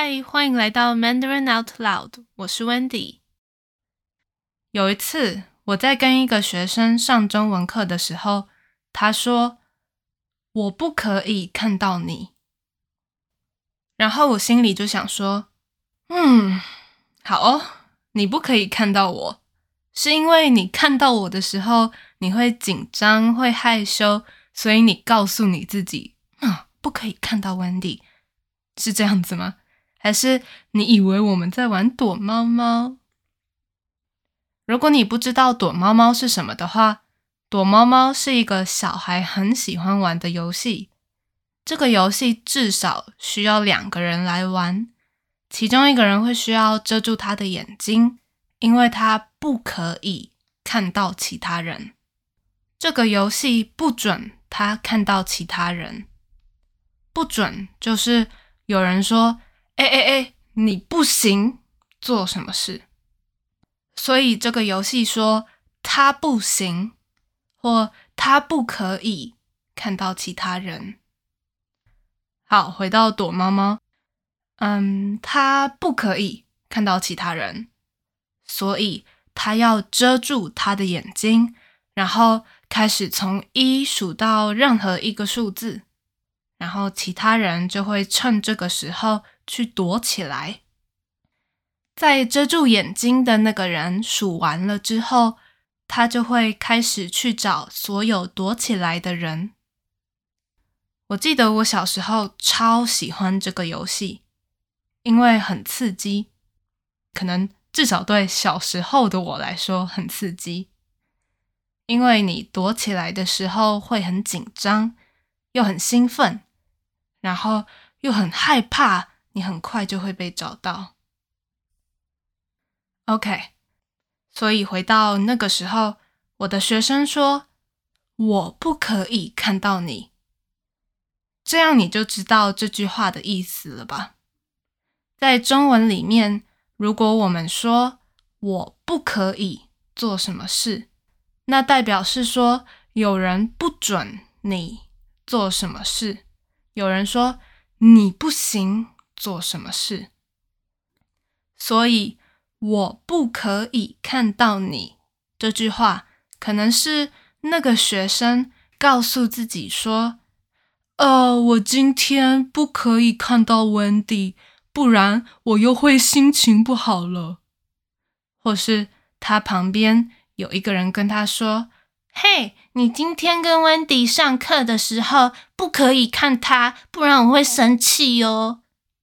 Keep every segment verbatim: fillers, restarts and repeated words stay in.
嗨，欢迎来到 Mandarin Out Loud， 我是 Wendy。有一次，我在跟一个学生上中文课的时候，他说：“我不可以看到你。”然后我心里就想说：“嗯，好哦，你不可以看到我，是因为你看到我的时候，你会紧张，会害羞，所以你告诉你自己，嗯，不可以看到 Wendy， 是这样子吗？还是你以为我们在玩躲猫猫？如果你不知道躲猫猫是什么的话，躲猫猫是一个小孩很喜欢玩的游戏。这个游戏至少需要两个人来玩，其中一个人会需要遮住他的眼睛，因为他不可以看到其他人。这个游戏不准他看到其他人。不准就是有人说，哎哎哎，你不行做什么事。所以这个游戏说他不行，或他不可以看到其他人。好，回到躲猫猫，嗯，他不可以看到其他人，所以他要遮住他的眼睛，然后开始从一数到任何一个数字，然后其他人就会趁这个时候去躲起来。在遮住眼睛的那个人数完了之后，他就会开始去找所有躲起来的人。我记得我小时候超喜欢这个游戏，因为很刺激，可能至少对小时候的我来说很刺激。因为你躲起来的时候会很紧张，又很兴奋，然后又很害怕你很快就会被找到。OK， 所以回到那个时候，我的学生说，我不可以看到你。这样你就知道这句话的意思了吧？在中文里面，如果我们说我不可以做什么事，那代表是说有人不准你做什么事，有人说你不行做什么事。所以我不可以看到你这句话，可能是那个学生告诉自己说，呃，我今天不可以看到 Wendy， 不然我又会心情不好了。或是他旁边有一个人跟他说，嘿，你今天跟 Wendy 上课的时候不可以看他，不然我会生气哦。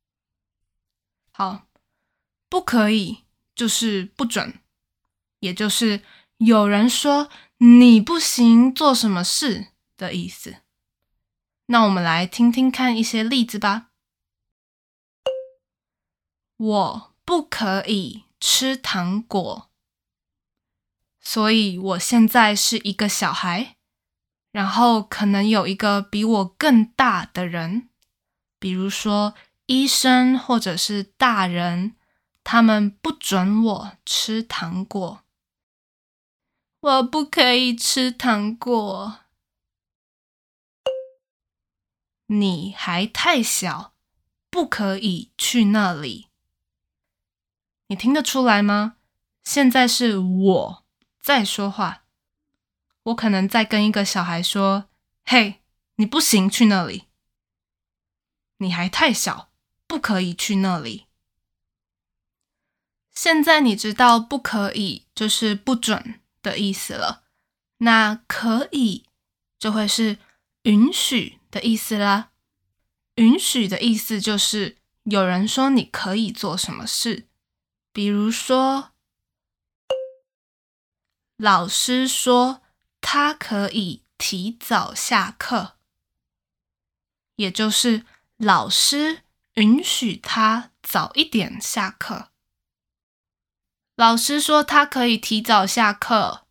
好，不可以就是不准，也就是有人说你不行做什么事的意思。那我们来听听看一些例子吧。我不可以吃糖果，所以我现在是一个小孩，然后可能有一个比我更大的人，比如说医生或者是大人，他们不准我吃糖果。我不可以吃糖果。你还太小，不可以去那里。你听得出来吗？现在是我在说话，我可能在跟一个小孩说，嘿，你不行去那里。你还太小，不可以去那里。现在你知道不可以就是不准的意思了，那可以就会是允许的意思啦。允许的意思就是有人说你可以做什么事，比如说老师说他可以提早下课，也就是老师允许他早一点下课。老师说他可以提早下课。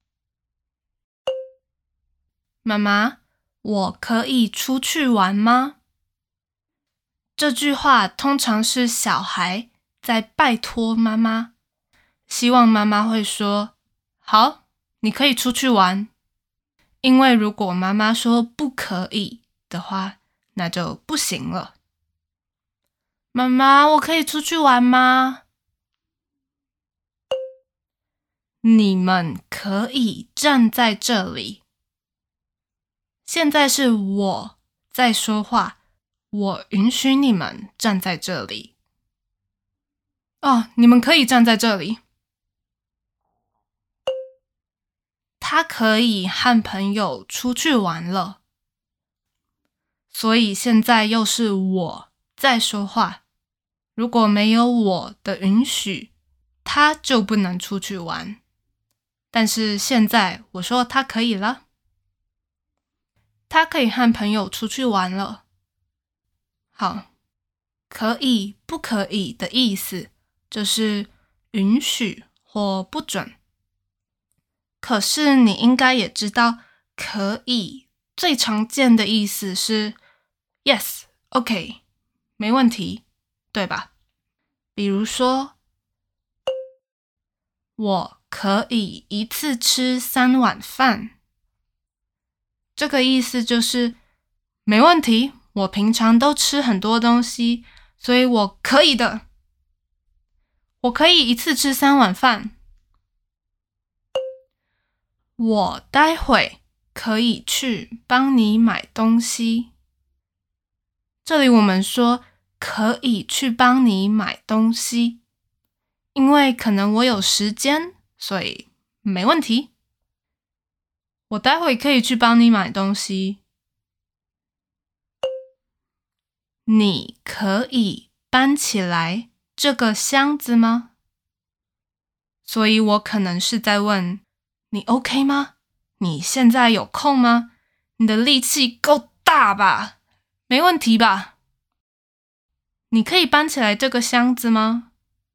妈妈，我可以出去玩吗？这句话通常是小孩在拜托妈妈，希望妈妈会说，好，你可以出去玩。因为如果妈妈说不可以的话，那就不行了。 妈妈，我可以出去玩吗？你们可以站在这里。现在是我在说话，我允许你们站在这里。哦，你们可以站在这里。他可以和朋友出去玩了。所以现在又是我在说话。如果没有我的允许，他就不能出去玩。但是现在我说他可以了。他可以和朋友出去玩了。好，可以不可以的意思就是允许或不准。可是你应该也知道，可以最常见的意思是 yes, OK, 没问题，对吧？比如说，我可以一次吃三碗饭。这个意思就是没问题，我平常都吃很多东西，所以我可以的。我可以一次吃三碗饭。我待会可以去帮你买东西。这里我们说可以去帮你买东西，因为可能我有时间，所以没问题。我待会可以去帮你买东西。你可以搬起来这个箱子吗？所以我可能是在问你 OK 吗？你现在有空吗？你的力气够大吧？没问题吧？你可以搬起来这个箱子吗？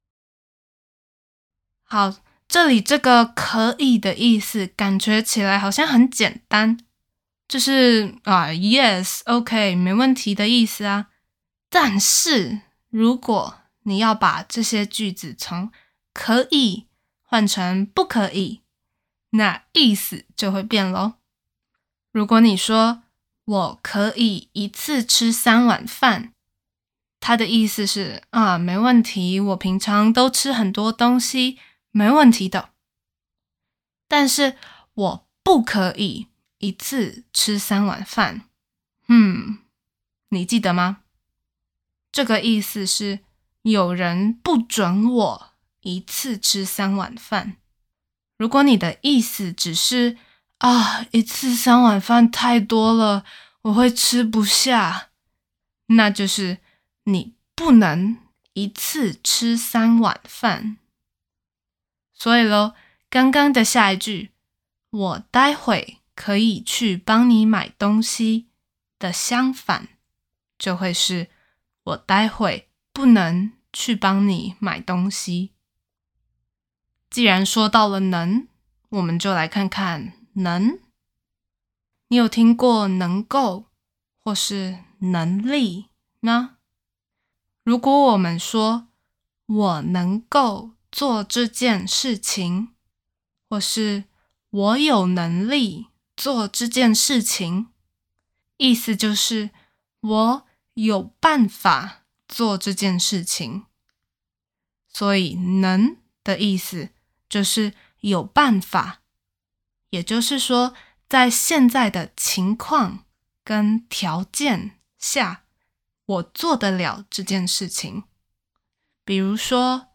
好，这里这个可以的意思感觉起来好像很简单，就是啊 yes, OK, 没问题的意思啊。但是如果你要把这些句子从可以换成不可以，那意思就会变咯。如果你说我可以一次吃三碗饭，它的意思是啊，没问题，我平常都吃很多东西，没问题的。但是我不可以一次吃三碗饭。嗯，你记得吗？这个意思是有人不准我一次吃三碗饭。如果你的意思只是啊，一次三碗饭太多了，我会吃不下，那就是你不能一次吃三碗饭。所以咯，刚刚的下一句，我待会可以去帮你买东西的相反，就会是我待会不能去帮你买东西。既然说到了能，我们就来看看能。你有听过能够或是能力吗？如果我们说我能够做这件事情，或是我有能力做这件事情，意思就是我有办法做这件事情。所以能的意思就是有办法，也就是说在现在的情况跟条件下，我做得了这件事情。比如说，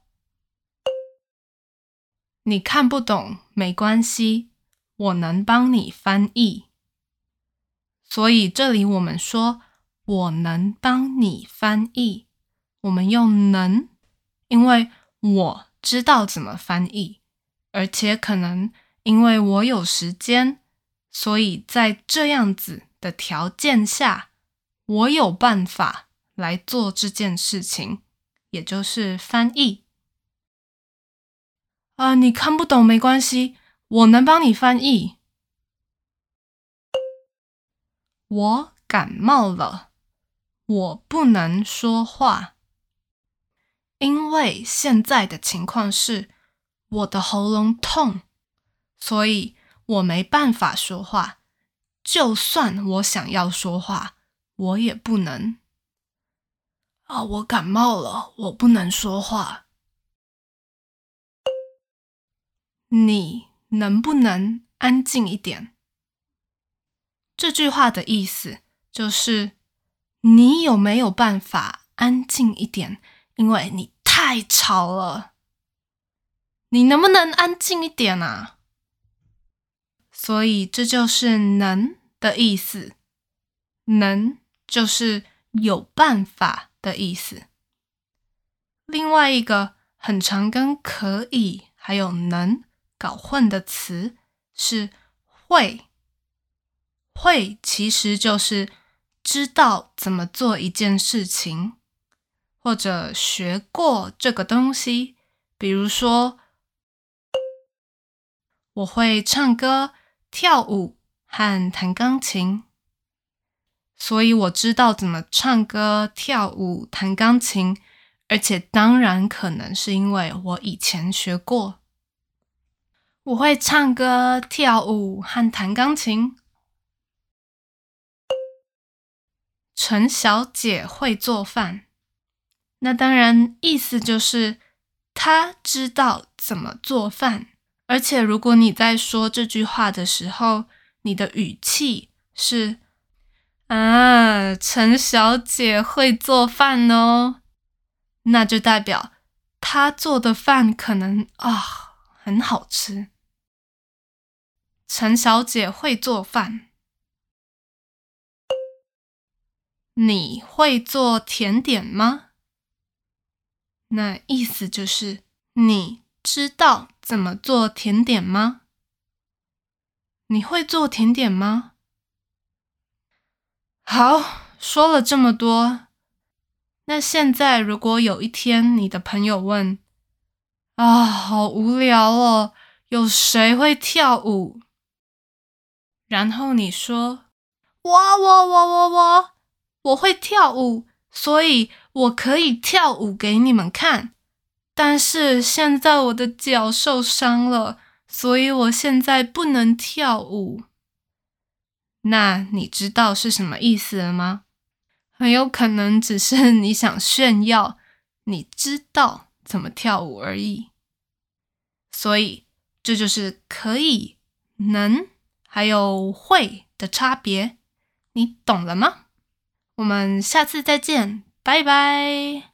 你看不懂没关系，我能帮你翻译。所以这里我们说我能帮你翻译，我们用能，因为我知道怎么翻译，而且可能因为我有时间，所以在这样子的条件下，我有办法来做这件事情，也就是翻译。啊，你看不懂没关系，我能帮你翻译。我感冒了，我不能说话。因为现在的情况是我的喉咙痛，所以我没办法说话。就算我想要说话，我也不能。 啊，我感冒了，我不能说话。你能不能安静一点？这句话的意思就是你有没有办法安静一点，因为你太吵了。你能不能安静一点啊？所以这就是能的意思。能就是有办法的意思。另外一个很常跟可以还有能搞混的词是会。会其实就是知道怎么做一件事情，或者学过这个东西。比如说，我会唱歌、跳舞和弹钢琴，所以我知道怎么唱歌、跳舞、弹钢琴，而且当然可能是因为我以前学过。我会唱歌、跳舞和弹钢琴。陈小姐会做饭，那当然意思就是她知道怎么做饭。而且如果你在说这句话的时候，你的语气是啊，陈小姐会做饭哦，那就代表她做的饭可能啊很好吃。陈小姐会做饭。你会做甜点吗？那意思就是你知道怎么做甜点吗？你会做甜点吗？好，说了这么多，那现在如果有一天你的朋友问，啊，好无聊哦，有谁会跳舞？然后你说，我我我我我我会跳舞，所以我可以跳舞给你们看。但是现在我的脚受伤了，所以我现在不能跳舞。那你知道是什么意思了吗？很有可能只是你想炫耀，你知道怎么跳舞而已。所以这就是可以、能还有会的差别，你懂了吗？我们下次再见，拜拜。